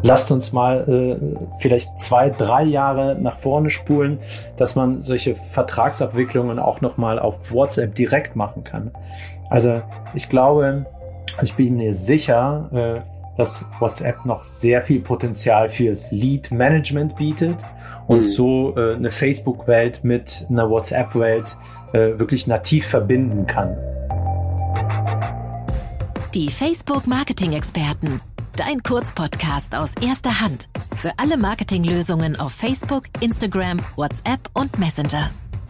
lasst uns mal vielleicht 2, 3 Jahre nach vorne spulen, dass man solche Vertragsabwicklungen auch nochmal auf WhatsApp direkt machen kann. Also ich glaube, ich bin mir sicher, dass WhatsApp noch sehr viel Potenzial fürs Lead-Management bietet und so eine Facebook-Welt mit einer WhatsApp-Welt wirklich nativ verbinden kann. Die Facebook-Marketing-Experten. Dein Kurzpodcast aus erster Hand. Für alle Marketinglösungen auf Facebook, Instagram, WhatsApp und Messenger.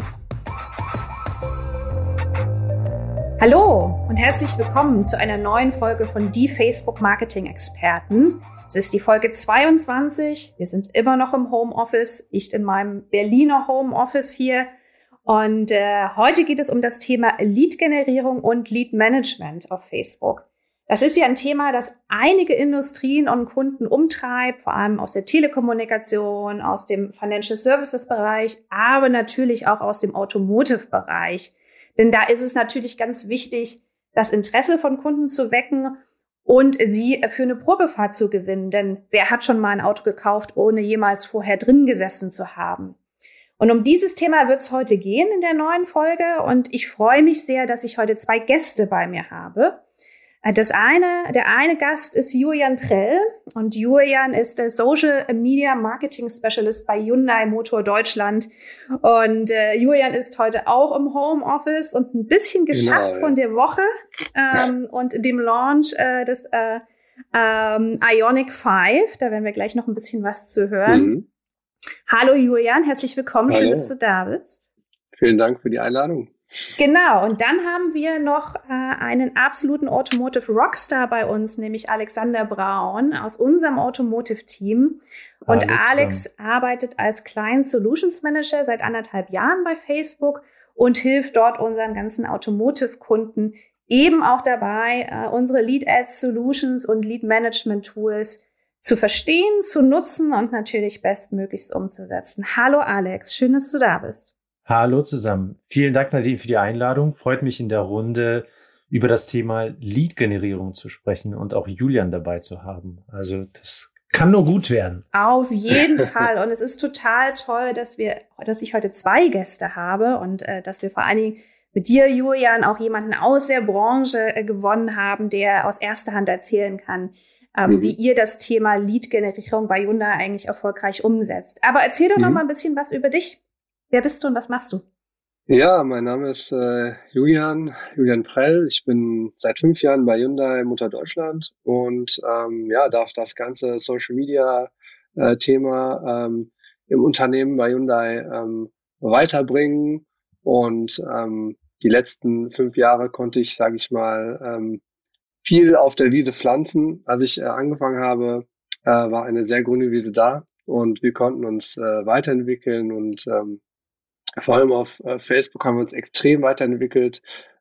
Hallo und herzlich willkommen zu einer neuen Folge von Die Facebook-Marketing-Experten. Es ist die Folge 22. Wir sind immer noch im Homeoffice. Ich in meinem Berliner Homeoffice hier. Und heute geht es um das Thema Lead-Generierung und Lead-Management auf Facebook. Das ist ja ein Thema, das einige Industrien und Kunden umtreibt, vor allem aus der Telekommunikation, aus dem Financial Services Bereich, aber natürlich auch aus dem Automotive Bereich. Denn da ist es natürlich ganz wichtig, das Interesse von Kunden zu wecken und sie für eine Probefahrt zu gewinnen. Denn wer hat schon mal ein Auto gekauft, ohne jemals vorher drin gesessen zu haben? Und um dieses Thema wird es heute gehen in der neuen Folge. Und ich freue mich sehr, dass ich heute 2 Gäste bei mir habe. Der eine Gast ist Julian Prell und Julian ist der Social Media Marketing Specialist bei Hyundai Motor Deutschland und Julian ist heute auch im Homeoffice und ein bisschen geschafft von der Woche und dem Launch des Ioniq 5, da werden wir gleich noch ein bisschen was zu hören. Hallo Julian, herzlich willkommen, schön, dass du da bist. Vielen Dank für die Einladung. Genau, und dann haben wir noch einen absoluten Automotive Rockstar bei uns, nämlich Alexander Braun aus unserem Automotive-Team. Und Alex arbeitet als Client Solutions Manager seit 1,5 Jahren bei Facebook und hilft dort unseren ganzen Automotive-Kunden eben auch dabei, unsere Lead Ads Solutions und Lead Management Tools zu verstehen, zu nutzen und natürlich bestmöglichst umzusetzen. Hallo Alex, schön, dass du da bist. Hallo zusammen. Vielen Dank, Nadine, für die Einladung. Freut mich in der Runde über das Thema Lead-Generierung zu sprechen und auch Julian dabei zu haben. Also das kann nur gut werden. Auf jeden Fall. Und es ist total toll, dass ich heute 2 Gäste habe und dass wir vor allen Dingen mit dir, Julian, auch jemanden aus der Branche gewonnen haben, der aus erster Hand erzählen kann, wie ihr das Thema Lead-Generierung bei Hyundai eigentlich erfolgreich umsetzt. Aber erzähl doch noch mal ein bisschen was über dich. Wer bist du und was machst du? Ja, mein Name ist Julian Prell. Ich bin seit 5 Jahren bei Hyundai Motor Deutschland und darf das ganze Social Media Thema im Unternehmen bei Hyundai weiterbringen. Und die letzten 5 Jahre konnte ich, sage ich mal, viel auf der Wiese pflanzen. Als ich angefangen habe, war eine sehr grüne Wiese da und wir konnten uns weiterentwickeln und vor allem auf Facebook haben wir uns extrem weiterentwickelt.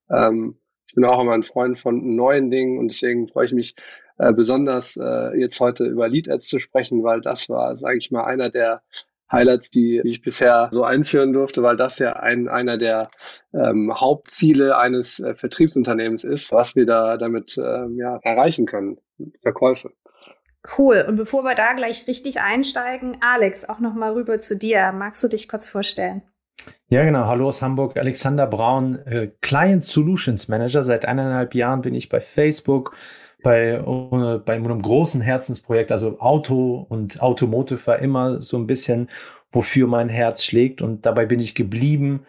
Ich bin auch immer ein Freund von neuen Dingen und deswegen freue ich mich besonders jetzt heute über Lead Ads zu sprechen, weil das war, sage ich mal, einer der Highlights, die ich bisher so einführen durfte, weil das ja einer der Hauptziele eines Vertriebsunternehmens ist, was wir da damit erreichen können, Verkäufe. Cool. Und bevor wir da gleich richtig einsteigen, Alex, auch noch mal rüber zu dir. Magst du dich kurz vorstellen? Ja, genau. Hallo aus Hamburg. Alexander Braun, Client Solutions Manager. Seit 1,5 Jahren bin ich bei Facebook bei einem großen Herzensprojekt. Also Auto und Automotive war immer so ein bisschen, wofür mein Herz schlägt. Und dabei bin ich geblieben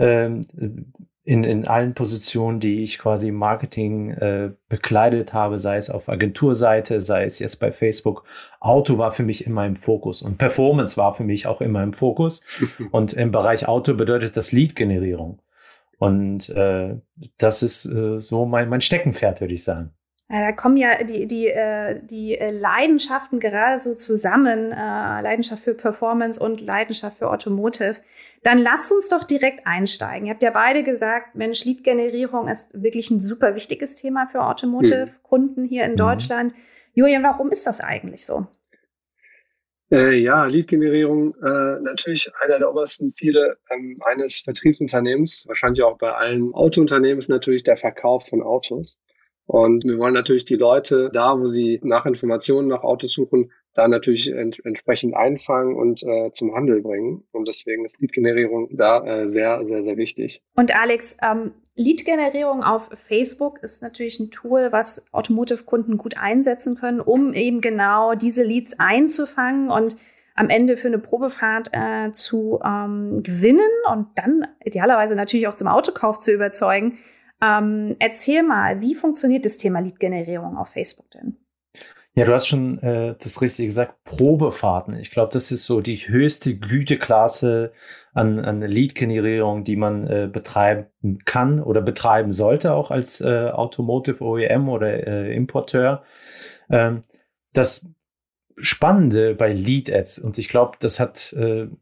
in allen Positionen, die ich quasi im Marketing bekleidet habe, sei es auf Agenturseite, sei es jetzt bei Facebook. Auto war für mich immer im Fokus und Performance war für mich auch immer im Fokus. Und im Bereich Auto bedeutet das Lead-Generierung. Und das ist so mein Steckenpferd, würde ich sagen. Ja, da kommen ja die Leidenschaften gerade so zusammen, Leidenschaft für Performance und Leidenschaft für Automotive. Dann lasst uns doch direkt einsteigen. Ihr habt ja beide gesagt, Mensch, Lead-Generierung ist wirklich ein super wichtiges Thema für Automotive-Kunden hier in Deutschland. Julian, warum ist das eigentlich so? Lead-Generierung, natürlich einer der obersten Ziele eines Vertriebsunternehmens, wahrscheinlich auch bei allen Autounternehmen, ist natürlich der Verkauf von Autos. Und wir wollen natürlich die Leute da, wo sie nach Informationen nach Autos suchen, da natürlich entsprechend einfangen und zum Handel bringen. Und deswegen ist Lead-Generierung da sehr, sehr, sehr wichtig. Und Alex, Lead-Generierung auf Facebook ist natürlich ein Tool, was Automotive-Kunden gut einsetzen können, um eben genau diese Leads einzufangen und am Ende für eine Probefahrt zu gewinnen und dann idealerweise natürlich auch zum Autokauf zu überzeugen. Erzähl mal, wie funktioniert das Thema Lead-Generierung auf Facebook denn? Ja, du hast schon das Richtige gesagt, Probefahrten. Ich glaube, das ist so die höchste Güteklasse an Lead-Generierung, die man betreiben kann oder betreiben sollte, auch als Automotive OEM oder Importeur. Das Spannende bei Lead-Ads, und ich glaube, das hat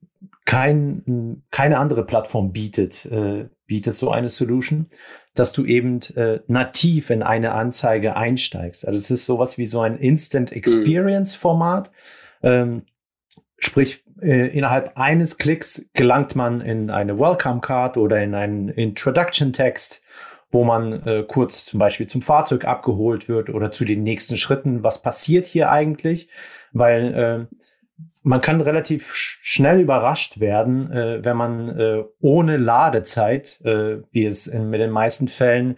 keine andere Plattform bietet so eine Solution, dass du eben nativ in eine Anzeige einsteigst. Also es ist sowas wie so ein Instant Experience Format. Sprich, innerhalb eines Klicks gelangt man in eine Welcome Card oder in einen Introduction Text, wo man kurz zum Beispiel zum Fahrzeug abgeholt wird oder zu den nächsten Schritten. Was passiert hier eigentlich? Weil man kann relativ schnell überrascht werden, wenn man ohne Ladezeit, wie es mit den meisten Fällen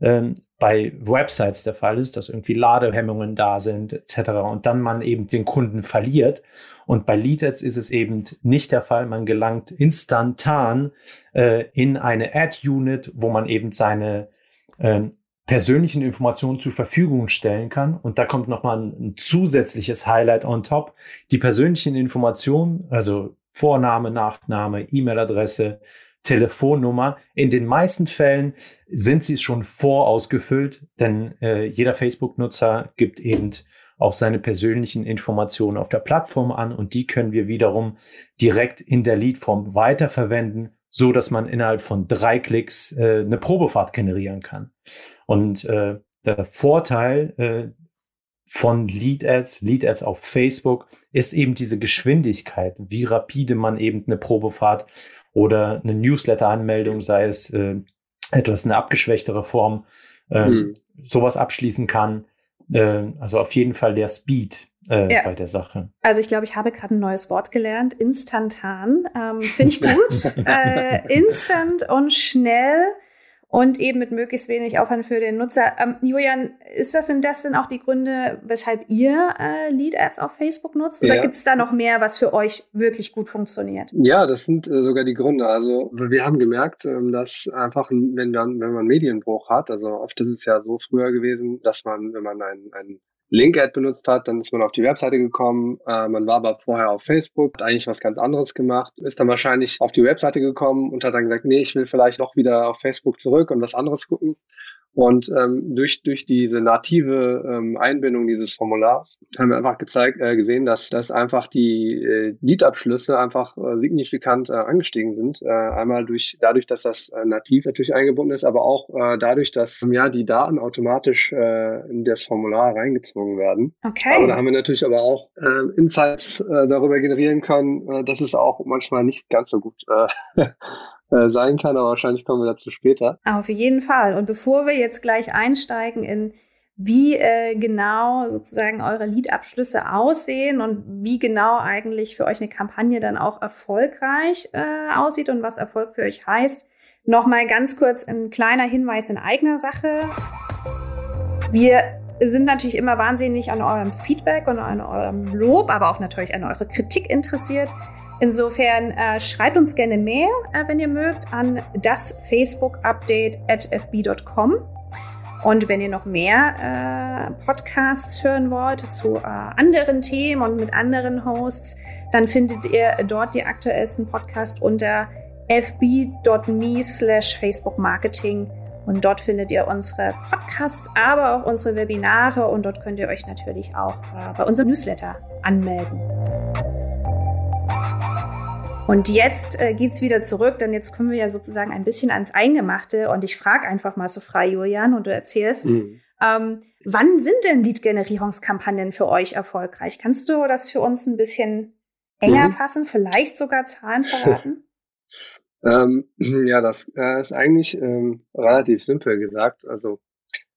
bei Websites der Fall ist, dass irgendwie Ladehemmungen da sind etc. und dann man eben den Kunden verliert. Und bei Lead-Ads ist es eben nicht der Fall. Man gelangt instantan in eine Ad-Unit, wo man eben seine persönlichen Informationen zur Verfügung stellen kann. Und da kommt nochmal ein zusätzliches Highlight on top. Die persönlichen Informationen, also Vorname, Nachname, E-Mail-Adresse, Telefonnummer, in den meisten Fällen sind sie schon vorausgefüllt, denn jeder Facebook-Nutzer gibt eben auch seine persönlichen Informationen auf der Plattform an und die können wir wiederum direkt in der Lead-Form weiterverwenden, so dass man innerhalb von 3 Klicks eine Probefahrt generieren kann. Und der Vorteil von Lead-Ads auf Facebook ist eben diese Geschwindigkeit, wie rapide man eben eine Probefahrt oder eine Newsletter-Anmeldung, sei es etwas eine abgeschwächtere Form, sowas abschließen kann. Also auf jeden Fall der Speed bei der Sache. Also ich glaube, ich habe gerade ein neues Wort gelernt, instantan. Finde ich gut. Instant und schnell. Und eben mit möglichst wenig Aufwand für den Nutzer. Julian, ist das denn auch die Gründe, weshalb ihr Lead-Ads auf Facebook nutzt? Oder gibt es da noch mehr, was für euch wirklich gut funktioniert? Ja, das sind sogar die Gründe. Also wir haben gemerkt, dass einfach, wenn man Medienbruch hat, also oft ist es ja so früher gewesen, dass man, wenn man ein Link-Ad benutzt hat, dann ist man auf die Webseite gekommen, man war aber vorher auf Facebook, hat eigentlich was ganz anderes gemacht, ist dann wahrscheinlich auf die Webseite gekommen und hat dann gesagt, nee, ich will vielleicht doch wieder auf Facebook zurück und was anderes gucken. Und durch diese native Einbindung dieses Formulars haben wir einfach gesehen, dass einfach die Lead-Abschlüsse einfach signifikant angestiegen sind. Einmal dadurch, dass das nativ natürlich eingebunden ist, aber auch dadurch, dass die Daten automatisch in das Formular reingezogen werden. Okay. Aber da haben wir natürlich aber auch Insights darüber generieren können, dass es auch manchmal nicht ganz so gut sein kann, aber wahrscheinlich kommen wir dazu später. Auf jeden Fall. Und bevor wir jetzt gleich einsteigen in wie genau sozusagen eure Lead-Abschlüsse aussehen und wie genau eigentlich für euch eine Kampagne dann auch erfolgreich aussieht und was Erfolg für euch heißt, nochmal ganz kurz ein kleiner Hinweis in eigener Sache. Wir sind natürlich immer wahnsinnig an eurem Feedback und an eurem Lob, aber auch natürlich an eure Kritik interessiert. Insofern schreibt uns gerne Mail, wenn ihr mögt, an dasfacebookupdate@fb.com. Und wenn ihr noch mehr Podcasts hören wollt zu anderen Themen und mit anderen Hosts, dann findet ihr dort die aktuellsten Podcasts unter fb.me/Facebook-Marketing. Und dort findet ihr unsere Podcasts, aber auch unsere Webinare. Und dort könnt ihr euch natürlich auch bei unserem Newsletter anmelden. Und jetzt geht's wieder zurück, denn jetzt kommen wir ja sozusagen ein bisschen ans Eingemachte. Und ich frage einfach mal so frei, Julian, und du erzählst, wann sind denn Lead-Generierungskampagnen für euch erfolgreich? Kannst du das für uns ein bisschen enger fassen, vielleicht sogar Zahlen verraten? Das ist eigentlich relativ simpel gesagt. Also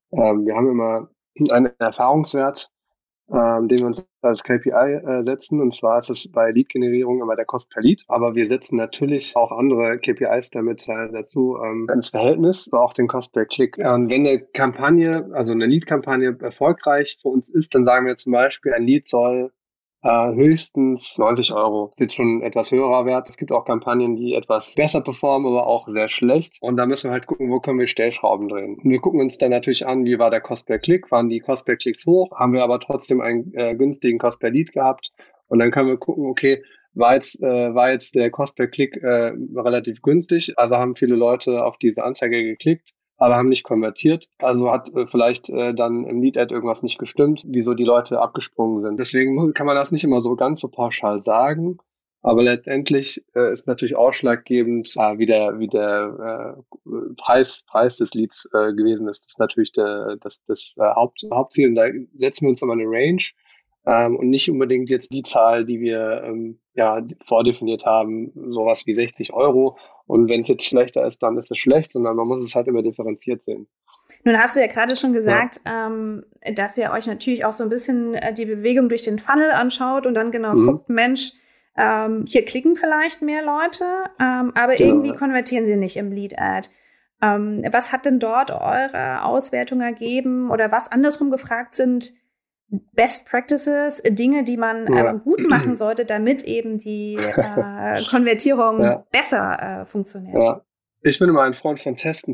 Wir haben immer einen Erfahrungswert, den wir uns als KPI setzen. Und zwar ist es bei Lead-Generierung immer der Cost per Lead. Aber wir setzen natürlich auch andere KPIs damit dazu ins Verhältnis, auch den Cost per Klick. Und wenn eine Kampagne, also eine Lead-Kampagne erfolgreich für uns ist, dann sagen wir zum Beispiel, ein Lead soll höchstens 90 €. Das ist jetzt schon ein etwas höherer Wert. Es gibt auch Kampagnen, die etwas besser performen, aber auch sehr schlecht. Und da müssen wir halt gucken, wo können wir Stellschrauben drehen. Und wir gucken uns dann natürlich an, wie war der Cost per Klick? Waren die Cost per Klicks hoch? Haben wir aber trotzdem einen günstigen Cost per Lead gehabt? Und dann können wir gucken, okay, war jetzt der Cost per Klick relativ günstig? Also haben viele Leute auf diese Anzeige geklickt, aber haben nicht konvertiert. Also hat vielleicht dann im Lead-Ad irgendwas nicht gestimmt, wieso die Leute abgesprungen sind. Deswegen kann man das nicht immer so ganz so pauschal sagen. Aber letztendlich ist natürlich ausschlaggebend, wie der Preis des Leads gewesen ist. Das ist natürlich das Hauptziel. Und da setzen wir uns aber eine Range und nicht unbedingt jetzt die Zahl, die wir vordefiniert haben, sowas wie 60 €. Und wenn es jetzt schlechter ist, dann ist es schlecht, sondern man muss es halt immer differenziert sehen. Nun hast du ja gerade schon gesagt, dass ihr euch natürlich auch so ein bisschen die Bewegung durch den Funnel anschaut und dann genau guckt, Mensch, hier klicken vielleicht mehr Leute, aber irgendwie konvertieren sie nicht im Lead-Ad. Was hat denn dort eure Auswertung ergeben oder was andersrum gefragt sind Best Practices, Dinge, die man gut machen sollte, damit eben die Konvertierung besser funktioniert? Ja. Ich bin immer ein Freund von Testen.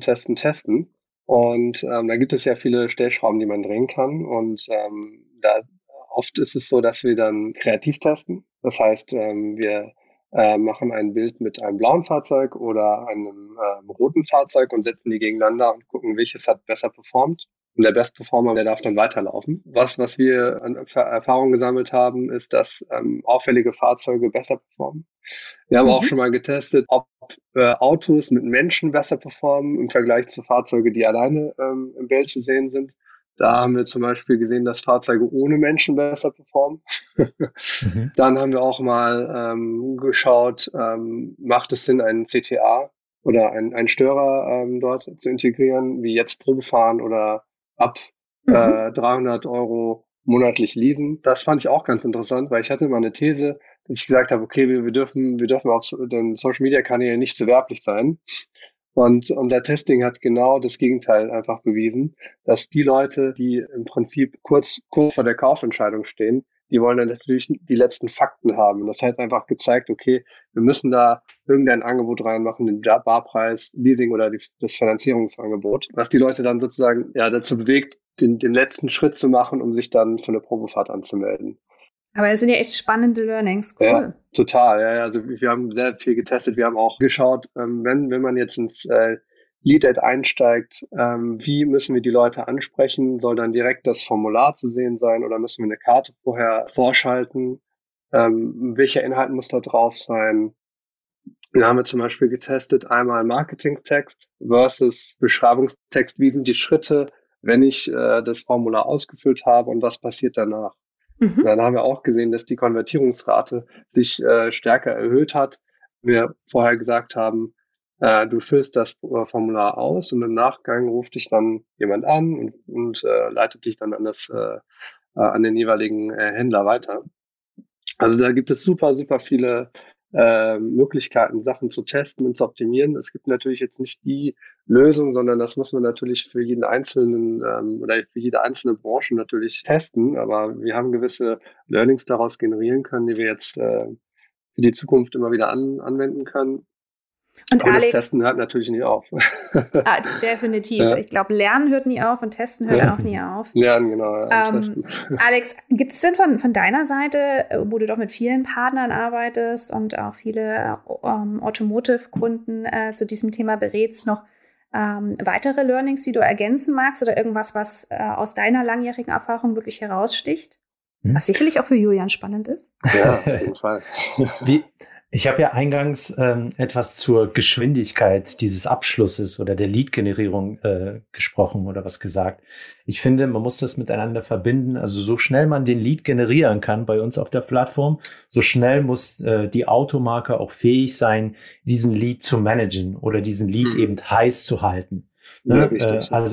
Und da gibt es ja viele Stellschrauben, die man drehen kann. Und da oft ist es so, dass wir dann kreativ testen. Das heißt, wir machen ein Bild mit einem blauen Fahrzeug oder einem roten Fahrzeug und setzen die gegeneinander und gucken, welches hat besser performt. Und der Best Performer, der darf dann weiterlaufen. Was wir an Erfahrung gesammelt haben, ist, dass auffällige Fahrzeuge besser performen. Wir haben auch schon mal getestet, ob Autos mit Menschen besser performen im Vergleich zu Fahrzeugen, die alleine im Bild zu sehen sind. Da haben wir zum Beispiel gesehen, dass Fahrzeuge ohne Menschen besser performen. Dann haben wir auch mal geschaut, macht es Sinn, einen CTA oder einen Störer dort zu integrieren, wie jetzt Probefahren oder ab 300 € monatlich leasen. Das fand ich auch ganz interessant, weil ich hatte mal eine These, dass ich gesagt habe, okay, wir dürfen auf den Social Media Kanälen nicht zu werblich sein. Und unser Testing hat genau das Gegenteil einfach bewiesen, dass die Leute, die im Prinzip kurz vor der Kaufentscheidung stehen, die wollen dann natürlich die letzten Fakten haben. Und das hat einfach gezeigt, okay, wir müssen da irgendein Angebot reinmachen, den Barpreis, Leasing oder das Finanzierungsangebot, was die Leute dann sozusagen dazu bewegt, den letzten Schritt zu machen, um sich dann für eine Probefahrt anzumelden. Aber es sind ja echt spannende Learnings. Cool. Ja, total. Ja, also wir haben sehr viel getestet. Wir haben auch geschaut, wenn man jetzt ins Lead-Ad einsteigt, wie müssen wir die Leute ansprechen? Soll dann direkt das Formular zu sehen sein oder müssen wir eine Karte vorher vorschalten? Welcher Inhalt muss da drauf sein? Da haben wir zum Beispiel getestet, einmal Marketingtext versus Beschreibungstext. Wie sind die Schritte, wenn ich das Formular ausgefüllt habe und was passiert danach? Dann haben wir auch gesehen, dass die Konvertierungsrate sich stärker erhöht hat. Wir vorher gesagt haben, du füllst das Formular aus und im Nachgang ruft dich dann jemand an und leitet dich dann an den jeweiligen Händler weiter. Also da gibt es super, super viele Möglichkeiten, Sachen zu testen und zu optimieren. Es gibt natürlich jetzt nicht die Lösung, sondern das muss man natürlich für jeden einzelnen oder für jede einzelne Branche natürlich testen. Aber wir haben gewisse Learnings daraus generieren können, die wir jetzt für die Zukunft immer wieder anwenden können. Und aber Alex, das Testen hört natürlich nie auf. Definitiv. Ja. Ich glaube, Lernen hört nie auf und Testen hört auch nie auf. Lernen, genau. Testen. Alex, gibt es denn von deiner Seite, wo du doch mit vielen Partnern arbeitest und auch viele Automotive-Kunden zu diesem Thema berätst, noch weitere Learnings, die du ergänzen magst oder irgendwas, was aus deiner langjährigen Erfahrung wirklich heraussticht? Was sicherlich auch für Julian spannend ist. Ja, auf jeden Fall. Ich habe ja eingangs etwas zur Geschwindigkeit dieses Abschlusses oder der Lead-Generierung gesprochen oder was gesagt. Ich finde, man muss das miteinander verbinden. Also so schnell man den Lead generieren kann bei uns auf der Plattform, so schnell muss die Automarke auch fähig sein, diesen Lead zu managen oder diesen Lead eben heiß zu halten. Ne? Ja, Also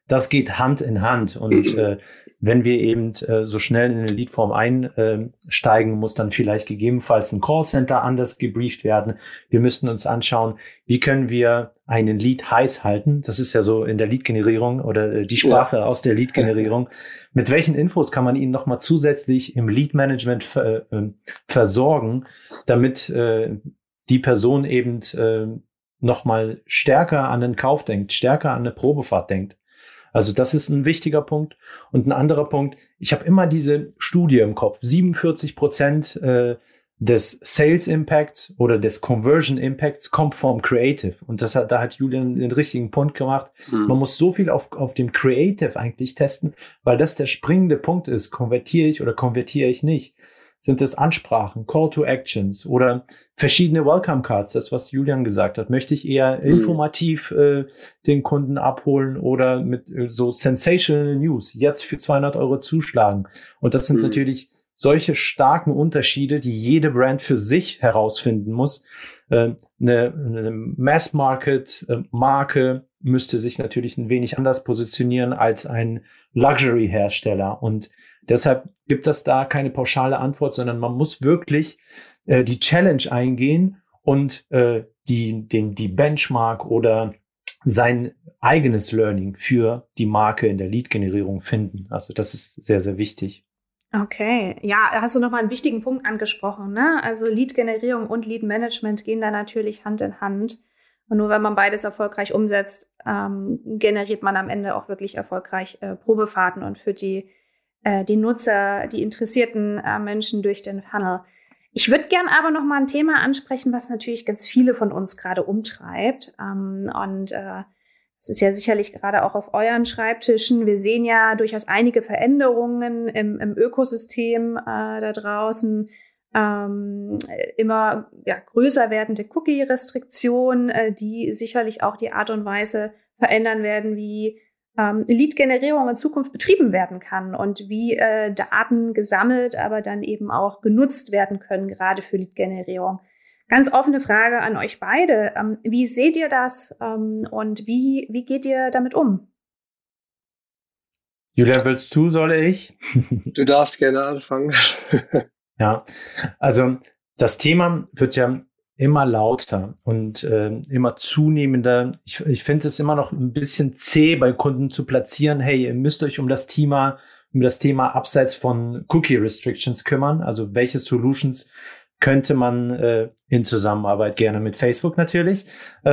das geht Hand in Hand. Und wenn wir eben so schnell in eine Leadform einsteigen, muss dann vielleicht gegebenenfalls ein Callcenter anders gebrieft werden. Wir müssten uns anschauen, wie können wir einen Lead heiß halten. Das ist ja so in der Lead-Generierung oder die Sprache aus der Lead-Generierung. Mit welchen Infos kann man ihn nochmal zusätzlich im Lead-Management versorgen, damit die Person eben nochmal stärker an den Kauf denkt, stärker an eine Probefahrt denkt. Also das ist ein wichtiger Punkt. Und ein anderer Punkt, ich habe immer diese Studie im Kopf, 47% des Sales Impacts oder des Conversion Impacts kommt vom Creative. Und da hat Julian den richtigen Punkt gemacht. Man muss so viel auf dem Creative eigentlich testen, weil das der springende Punkt ist. Konvertiere ich oder konvertiere ich nicht? Sind es Ansprachen, Call to Actions oder verschiedene Welcome Cards, das, was Julian gesagt hat? Möchte ich eher informativ den Kunden abholen oder mit so sensational News jetzt für 200 € zuschlagen? Und das sind natürlich solche starken Unterschiede, die jede Brand für sich herausfinden muss. Eine Mass-Market-Marke müsste sich natürlich ein wenig anders positionieren als ein Luxury-Hersteller. Und deshalb gibt es da keine pauschale Antwort, sondern man muss wirklich die Challenge eingehen und die Benchmark oder sein eigenes Learning für die Marke in der Lead-Generierung finden. Also das ist sehr, sehr wichtig. Okay, ja, hast du nochmal einen wichtigen Punkt angesprochen, ne? Also Lead-Generierung und Lead-Management gehen da natürlich Hand in Hand. Und nur wenn man beides erfolgreich umsetzt, generiert man am Ende auch wirklich erfolgreich Probefahrten und führt die Nutzer, die interessierten Menschen durch den Funnel. Ich würde gern aber noch mal ein Thema ansprechen, was natürlich ganz viele von uns gerade umtreibt. Es ist ja sicherlich gerade auch auf euren Schreibtischen. Wir sehen ja durchaus einige Veränderungen im Ökosystem da draußen. Immer größer werdende Cookie-Restriktionen, die sicherlich auch die Art und Weise verändern werden, wie Lead-Generierung in Zukunft betrieben werden kann und wie Daten gesammelt, aber dann eben auch genutzt werden können, gerade für Lead-Generierung. Ganz offene Frage an euch beide. Wie seht ihr das und wie geht ihr damit um? Julian, willst du, soll ich? Du darfst gerne anfangen. Ja, also das Thema wird ja immer lauter und immer zunehmender. Ich finde es immer noch ein bisschen zäh bei Kunden zu platzieren. Hey, ihr müsst euch um das Thema abseits von Cookie Restrictions kümmern. Also welche Solutions könnte man in Zusammenarbeit gerne mit Facebook natürlich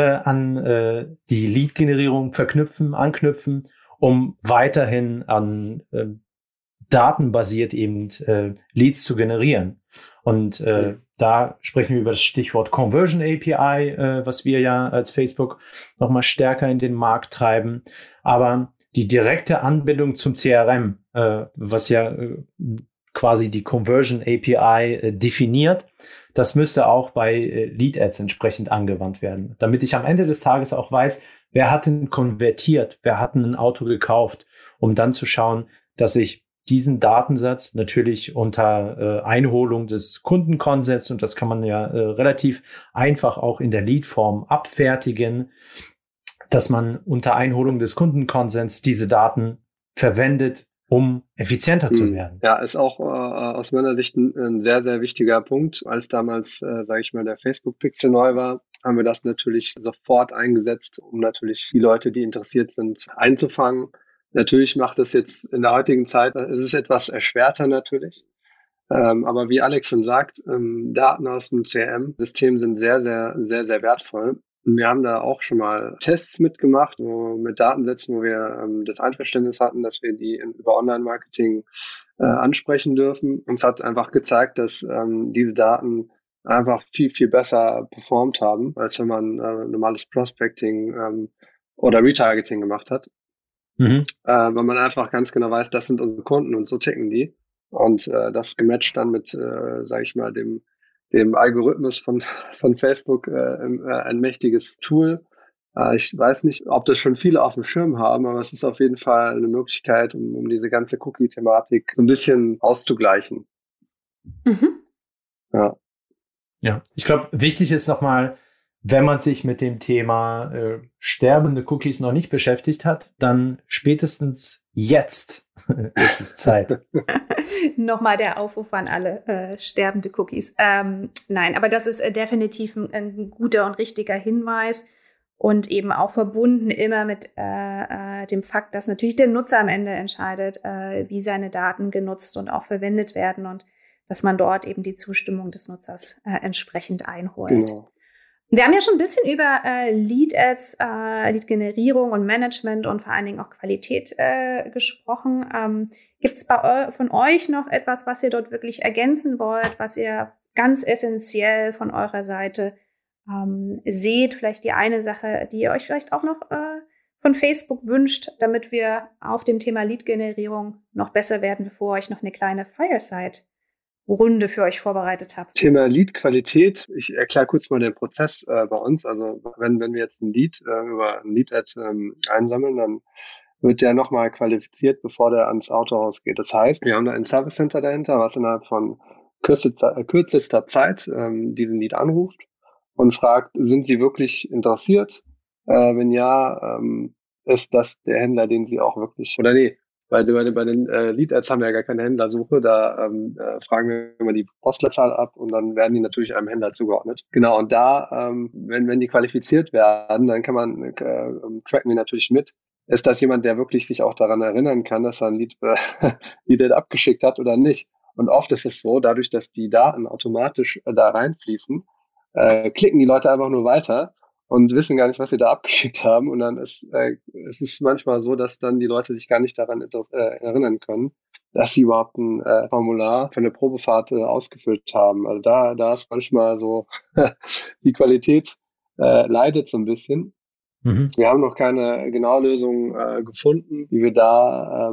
an die Lead-Generierung anknüpfen, um weiterhin an datenbasiert eben Leads zu generieren. Und da sprechen wir über das Stichwort Conversion API, was wir ja als Facebook nochmal stärker in den Markt treiben. Aber die direkte Anbindung zum CRM, was ja quasi die Conversion API definiert, das müsste auch bei Lead Ads entsprechend angewandt werden, damit ich am Ende des Tages auch weiß, wer hat denn konvertiert, wer hat ein Auto gekauft, um dann zu schauen, dass ich diesen Datensatz natürlich unter Einholung des Kundenkonsents, und das kann man ja relativ einfach auch in der Lead-Form abfertigen, dass man unter Einholung des Kundenkonsents diese Daten verwendet, um effizienter zu werden. Ja, ist auch aus meiner Sicht ein sehr, sehr wichtiger Punkt. Als damals, sage ich mal, der Facebook-Pixel neu war, haben wir das natürlich sofort eingesetzt, um natürlich die Leute, die interessiert sind, einzufangen. Natürlich macht es jetzt in der heutigen Zeit, es ist etwas erschwerter natürlich. Aber wie Alex schon sagt, Daten aus dem CRM-System sind sehr, sehr, sehr, sehr wertvoll. Und wir haben da auch schon mal Tests mitgemacht, mit Datensätzen, wo wir das Einverständnis hatten, dass wir die über Online-Marketing ansprechen dürfen. Uns hat einfach gezeigt, dass diese Daten einfach viel, viel besser performt haben, als wenn man normales Prospecting oder Retargeting gemacht hat. Weil man einfach ganz genau weiß, das sind unsere Kunden und so ticken die. Und das gematcht dann mit, sage ich mal, dem Algorithmus von Facebook, ein mächtiges Tool. Ich weiß nicht, ob das schon viele auf dem Schirm haben, aber es ist auf jeden Fall eine Möglichkeit, um diese ganze Cookie-Thematik so ein bisschen auszugleichen. Mhm. Ja, ich glaube, wichtig ist nochmal, wenn man sich mit dem Thema sterbende Cookies noch nicht beschäftigt hat, dann spätestens jetzt ist es Zeit. Nochmal der Aufruf an alle sterbende Cookies. Nein, aber das ist definitiv ein guter und richtiger Hinweis und eben auch verbunden immer mit dem Fakt, dass natürlich der Nutzer am Ende entscheidet, wie seine Daten genutzt und auch verwendet werden und dass man dort eben die Zustimmung des Nutzers entsprechend einholt. Genau. Wir haben ja schon ein bisschen über Lead-Ads, Lead-Generierung und Management und vor allen Dingen auch Qualität gesprochen. Gibt es von euch noch etwas, was ihr dort wirklich ergänzen wollt, was ihr ganz essentiell von eurer Seite seht? Vielleicht die eine Sache, die ihr euch vielleicht auch noch von Facebook wünscht, damit wir auf dem Thema Lead-Generierung noch besser werden, bevor euch noch eine kleine Fireside-Runde für euch vorbereitet habe. Thema Lead-Qualität. Ich erkläre kurz mal den Prozess bei uns. Also wenn wir jetzt ein Lead über ein Lead-Ad einsammeln, dann wird der nochmal qualifiziert, bevor der ans Autohaus geht. Das heißt, wir haben da ein Service Center dahinter, was innerhalb von kürzester Zeit diesen Lead anruft und fragt, sind Sie wirklich interessiert? Wenn ja, ist das der Händler, den Sie auch wirklich, oder nee, bei den Lead-Ads haben wir ja gar keine Händlersuche, da fragen wir immer die Postleitzahl ab und dann werden die natürlich einem Händler zugeordnet. Genau, und da, wenn die qualifiziert werden, dann kann man tracken wir natürlich mit. Ist das jemand, der wirklich sich auch daran erinnern kann, dass er ein Lead-Ad abgeschickt hat oder nicht? Und oft ist es so, dadurch, dass die Daten automatisch da reinfließen, klicken die Leute einfach nur weiter und wissen gar nicht, was sie da abgeschickt haben. Und dann ist es manchmal so, dass dann die Leute sich gar nicht daran erinnern können, dass sie überhaupt ein Formular für eine Probefahrt ausgefüllt haben. Also da ist manchmal so, die Qualität leidet so ein bisschen. Mhm. Wir haben noch keine genaue Lösung gefunden, wie wir da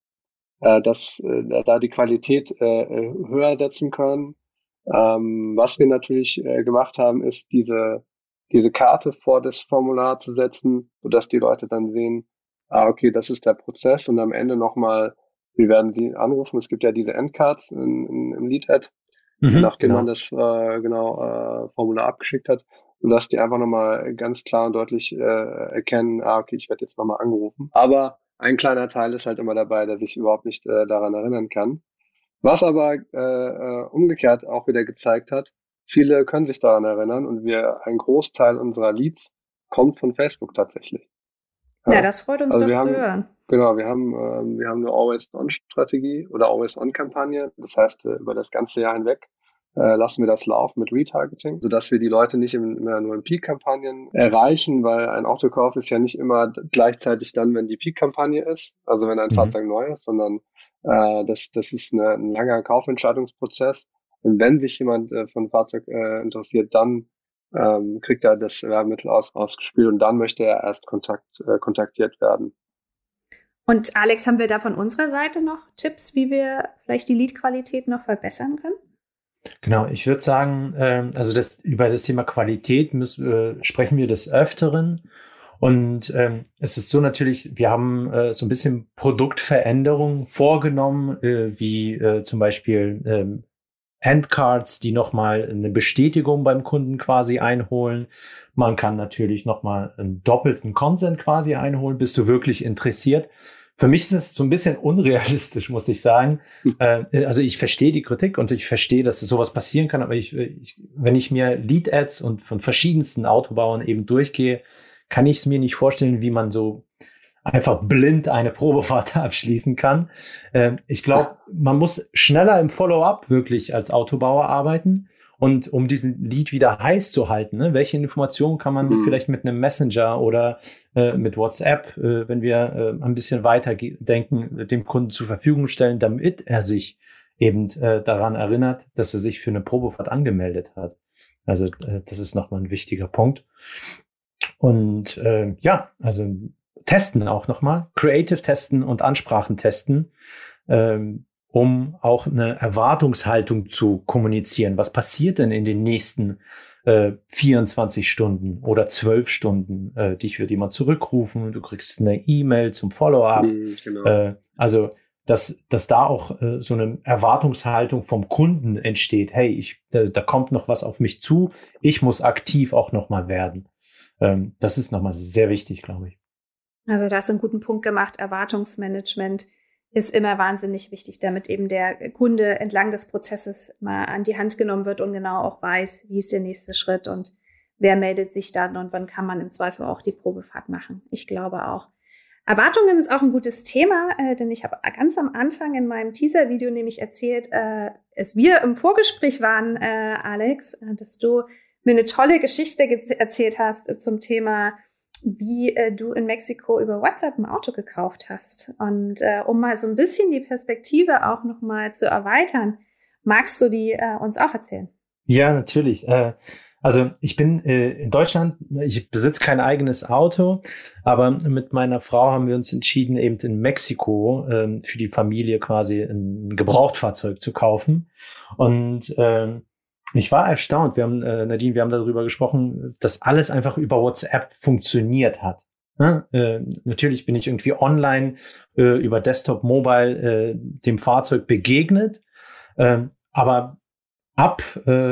da die Qualität höher setzen können. Was wir natürlich gemacht haben, ist diese Karte vor das Formular zu setzen, sodass die Leute dann sehen, okay, das ist der Prozess und am Ende nochmal, wir werden sie anrufen. Es gibt ja diese Endcards im Lead-Ad, nachdem man das Formular abgeschickt hat, sodass die einfach nochmal ganz klar und deutlich erkennen, okay, ich werde jetzt nochmal angerufen. Aber ein kleiner Teil ist halt immer dabei, der sich überhaupt nicht daran erinnern kann. Was aber umgekehrt auch wieder gezeigt hat, viele können sich daran erinnern und ein Großteil unserer Leads kommt von Facebook tatsächlich. Ja, das freut uns doch zu hören. Genau, wir haben eine Always-On-Strategie oder Always-On-Kampagne. Das heißt, über das ganze Jahr hinweg lassen wir das laufen mit Retargeting, sodass wir die Leute nicht immer nur in Peak-Kampagnen erreichen, weil ein Autokauf ist ja nicht immer gleichzeitig dann, wenn die Peak-Kampagne ist, also wenn ein Fahrzeug neu ist, sondern das ist ein langer Kaufentscheidungsprozess. Und wenn sich jemand von Fahrzeug interessiert, dann kriegt er das Werbemittel ausgespielt und dann möchte er erst kontaktiert werden. Und Alex, haben wir da von unserer Seite noch Tipps, wie wir vielleicht die Lead-Qualität noch verbessern können? Genau, ich würde sagen, über das Thema Qualität sprechen wir des Öfteren. Und es ist so natürlich, wir haben so ein bisschen Produktveränderungen vorgenommen, wie zum Beispiel Endcards, die nochmal eine Bestätigung beim Kunden quasi einholen. Man kann natürlich nochmal einen doppelten Consent quasi einholen. Bist du wirklich interessiert? Für mich ist es so ein bisschen unrealistisch, muss ich sagen. Also ich verstehe die Kritik und ich verstehe, dass sowas passieren kann. Aber wenn ich mir Lead-Ads und von verschiedensten Autobauern eben durchgehe, kann ich es mir nicht vorstellen, wie man so einfach blind eine Probefahrt abschließen kann. Ich glaube, man muss schneller im Follow-up wirklich als Autobauer arbeiten. Und um diesen Lead wieder heiß zu halten, ne? Welche Informationen kann man vielleicht mit einem Messenger oder mit WhatsApp, wenn wir ein bisschen weiter denken, dem Kunden zur Verfügung stellen, damit er sich eben daran erinnert, dass er sich für eine Probefahrt angemeldet hat. Also das ist nochmal ein wichtiger Punkt. Und also testen auch nochmal, Creative testen und Ansprachen testen, um auch eine Erwartungshaltung zu kommunizieren. Was passiert denn in den nächsten 24 Stunden oder 12 Stunden? Dich wird jemand zurückrufen, du kriegst eine E-Mail zum Follow-up. Genau. Also dass da auch so eine Erwartungshaltung vom Kunden entsteht. Hey, da kommt noch was auf mich zu. Ich muss aktiv auch nochmal werden. Das ist nochmal sehr wichtig, glaube ich. Also da hast du einen guten Punkt gemacht. Erwartungsmanagement ist immer wahnsinnig wichtig, damit eben der Kunde entlang des Prozesses mal an die Hand genommen wird und genau auch weiß, wie ist der nächste Schritt und wer meldet sich dann und wann kann man im Zweifel auch die Probefahrt machen. Ich glaube auch. Erwartungen ist auch ein gutes Thema, denn ich habe ganz am Anfang in meinem Teaser-Video nämlich erzählt, als wir im Vorgespräch waren, Alex, dass du mir eine tolle Geschichte erzählt hast zum Thema, wie du in Mexiko über WhatsApp ein Auto gekauft hast. Und um mal so ein bisschen die Perspektive auch nochmal zu erweitern, magst du die uns auch erzählen? Ja, natürlich. Also ich bin in Deutschland, ich besitze kein eigenes Auto, aber mit meiner Frau haben wir uns entschieden, eben in Mexiko für die Familie quasi ein Gebrauchtfahrzeug zu kaufen. Und ich war erstaunt. Nadine, wir haben darüber gesprochen, dass alles einfach über WhatsApp funktioniert hat. Natürlich bin ich irgendwie online über Desktop, Mobile dem Fahrzeug begegnet, aber ab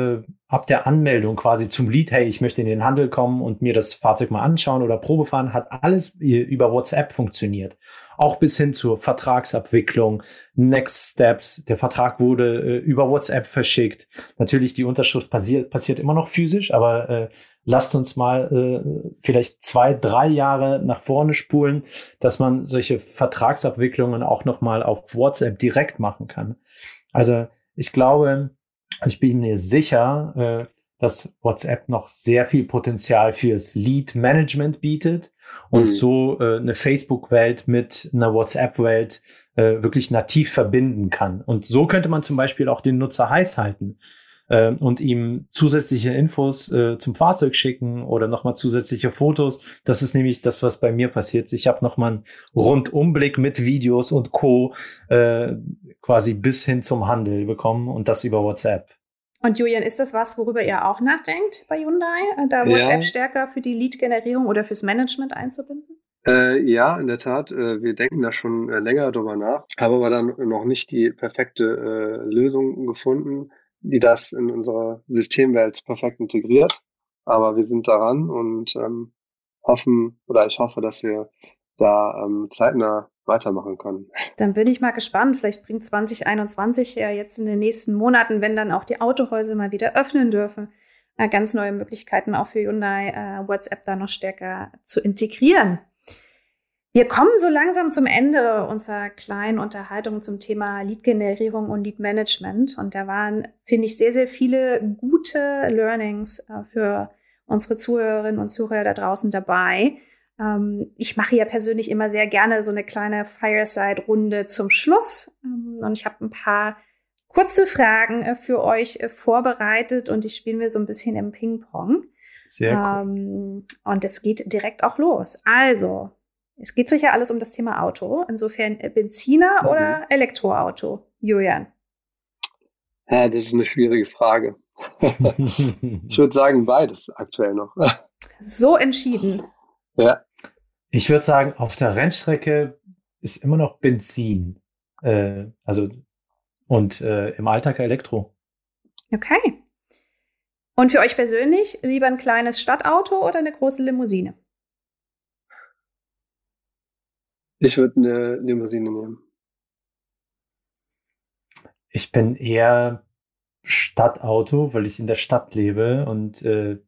der Anmeldung quasi zum Lead, hey, ich möchte in den Handel kommen und mir das Fahrzeug mal anschauen oder Probe fahren, hat alles über WhatsApp funktioniert. Auch bis hin zur Vertragsabwicklung, Next Steps. Der Vertrag wurde über WhatsApp verschickt. Natürlich, die Unterschrift passiert immer noch physisch, aber lasst uns mal vielleicht 2-3 Jahre nach vorne spulen, dass man solche Vertragsabwicklungen auch noch mal auf WhatsApp direkt machen kann. Also ich glaube, ich bin mir sicher, dass WhatsApp noch sehr viel Potenzial fürs Lead-Management bietet und so eine Facebook-Welt mit einer WhatsApp-Welt wirklich nativ verbinden kann. Und so könnte man zum Beispiel auch den Nutzer heiß halten und ihm zusätzliche Infos zum Fahrzeug schicken oder nochmal zusätzliche Fotos. Das ist nämlich das, was bei mir passiert. Ich habe nochmal einen Rundumblick mit Videos und Co. Quasi bis hin zum Handel bekommen und das über WhatsApp. Und Julian, ist das was, worüber ihr auch nachdenkt bei Hyundai, da WhatsApp stärker für die Lead-Generierung oder fürs Management einzubinden? Ja, in der Tat. Wir denken da schon länger drüber nach, haben aber dann noch nicht die perfekte Lösung gefunden, die das in unsere Systemwelt perfekt integriert. Aber wir sind daran und ich hoffe, dass wir da zeitnah weitermachen können. Dann bin ich mal gespannt. Vielleicht bringt 2021 ja jetzt in den nächsten Monaten, wenn dann auch die Autohäuser mal wieder öffnen dürfen, ganz neue Möglichkeiten auch für Hyundai, WhatsApp da noch stärker zu integrieren. Wir kommen so langsam zum Ende unserer kleinen Unterhaltung zum Thema Lead-Generierung und Lead-Management. Und da waren, finde ich, sehr, sehr viele gute Learnings für unsere Zuhörerinnen und Zuhörer da draußen dabei. Ich mache ja persönlich immer sehr gerne so eine kleine Fireside-Runde zum Schluss. Und ich habe ein paar kurze Fragen für euch vorbereitet und die spielen wir so ein bisschen im Ping-Pong. Sehr cool. Und es geht direkt auch los. Also, es geht sicher alles um das Thema Auto. Insofern Benziner oder Elektroauto, Julian? Ja, das ist eine schwierige Frage. Ich würde sagen, beides aktuell noch. So entschieden. Ja. Ich würde sagen, auf der Rennstrecke ist immer noch Benzin. Im Alltag Elektro. Okay. Und für euch persönlich lieber ein kleines Stadtauto oder eine große Limousine? Ich würde eine Limousine nehmen. Ich bin eher Stadtauto, weil ich in der Stadt lebe und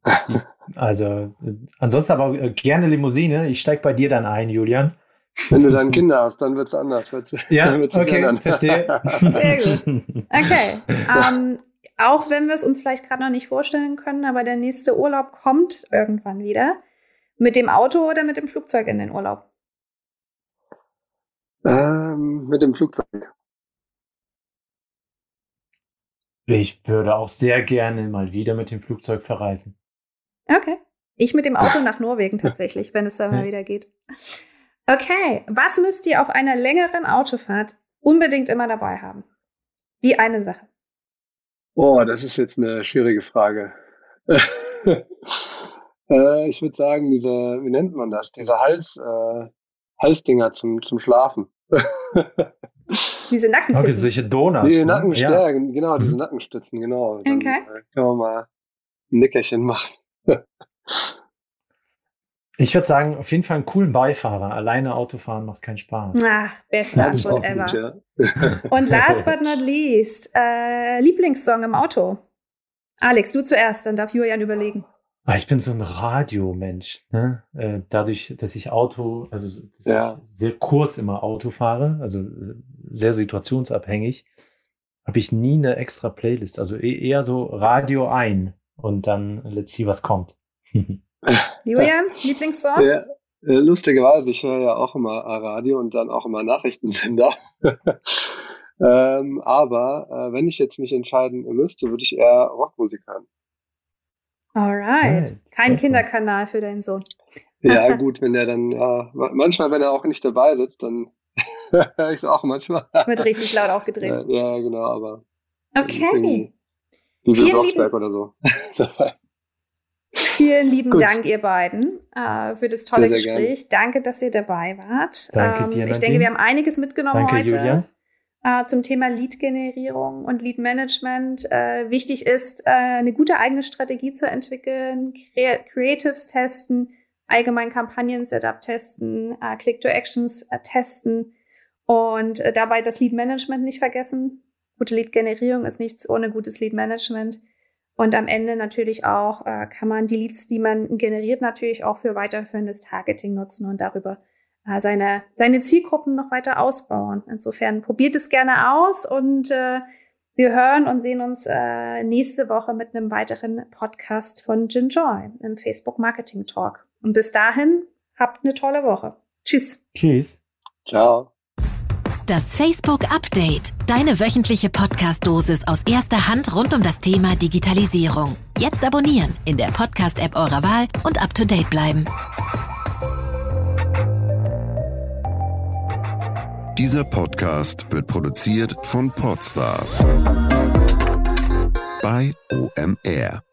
ansonsten aber gerne Limousine. Ich steige bei dir dann ein, Julian. Wenn du dann Kinder hast, dann wird es anders. Ja, okay, verstehe. Sehr gut. Okay. Auch wenn wir es uns vielleicht gerade noch nicht vorstellen können, aber der nächste Urlaub kommt irgendwann wieder. Mit dem Auto oder mit dem Flugzeug in den Urlaub? Mit dem Flugzeug. Ich würde auch sehr gerne mal wieder mit dem Flugzeug verreisen. Okay. Ich mit dem Auto nach Norwegen tatsächlich, wenn es da mal wieder geht. Okay. Was müsst ihr auf einer längeren Autofahrt unbedingt immer dabei haben? Die eine Sache. Oh, das ist jetzt eine schwierige Frage. Ich würde sagen, wie nennt man das? Diese Halsdinger zum Schlafen. Diese Nackenkissen. Okay, solche Donuts. Die Ne? genau, diese Nackenstützen, genau. Dann, Okay. können wir mal ein Nickerchen machen. Ich würde sagen, auf jeden Fall einen coolen Beifahrer. Alleine Autofahren macht keinen Spaß. Beste Das ist auch Antwort ever. gut, ja. Und last but not least, Lieblingssong im Auto. Alex, du zuerst, dann darf Julian überlegen. Ich bin so ein Radiomensch. Ne? Dadurch, dass ich ich sehr kurz immer Auto fahre, also sehr situationsabhängig, habe ich nie eine extra Playlist. Also eher so Radio ein und dann let's see, was kommt. Julian, Lieblingssong? Ja, lustigerweise, ich höre ja auch immer Radio und dann auch immer Nachrichtensender. Aber wenn ich jetzt mich entscheiden müsste, würde ich eher Rockmusik hören. Alright. Kein Kinderkanal für deinen Sohn. Ja, gut, wenn der dann, manchmal, wenn er auch nicht dabei sitzt, dann höre ich es auch manchmal. Wird richtig laut aufgedreht. Ja, genau, aber. Okay. Wie Blocksberg oder so. Vielen lieben Gut. Dank, ihr beiden, für das tolle Sehr, sehr Gespräch. Danke, dass ihr dabei wart. Danke dir, ich denke, wir haben einiges mitgenommen Danke, heute. Julian. Zum Thema Lead-Generierung und Lead-Management. Wichtig ist, eine gute eigene Strategie zu entwickeln, Creatives testen, allgemein Kampagnen-Setup testen, Click-to-Actions testen und dabei das Lead-Management nicht vergessen. Gute Lead-Generierung ist nichts ohne gutes Lead-Management. Und am Ende natürlich auch kann man die Leads, die man generiert, natürlich auch für weiterführendes Targeting nutzen und darüber seine Zielgruppen noch weiter ausbauen. Insofern probiert es gerne aus und wir hören und sehen uns nächste Woche mit einem weiteren Podcast von Ginjoy im Facebook Marketing Talk. Und bis dahin, habt eine tolle Woche. Tschüss. Tschüss. Ciao. Das Facebook Update. Deine wöchentliche Podcast-Dosis aus erster Hand rund um das Thema Digitalisierung. Jetzt abonnieren in der Podcast-App eurer Wahl und up to date bleiben. Dieser Podcast wird produziert von Podstars bei OMR.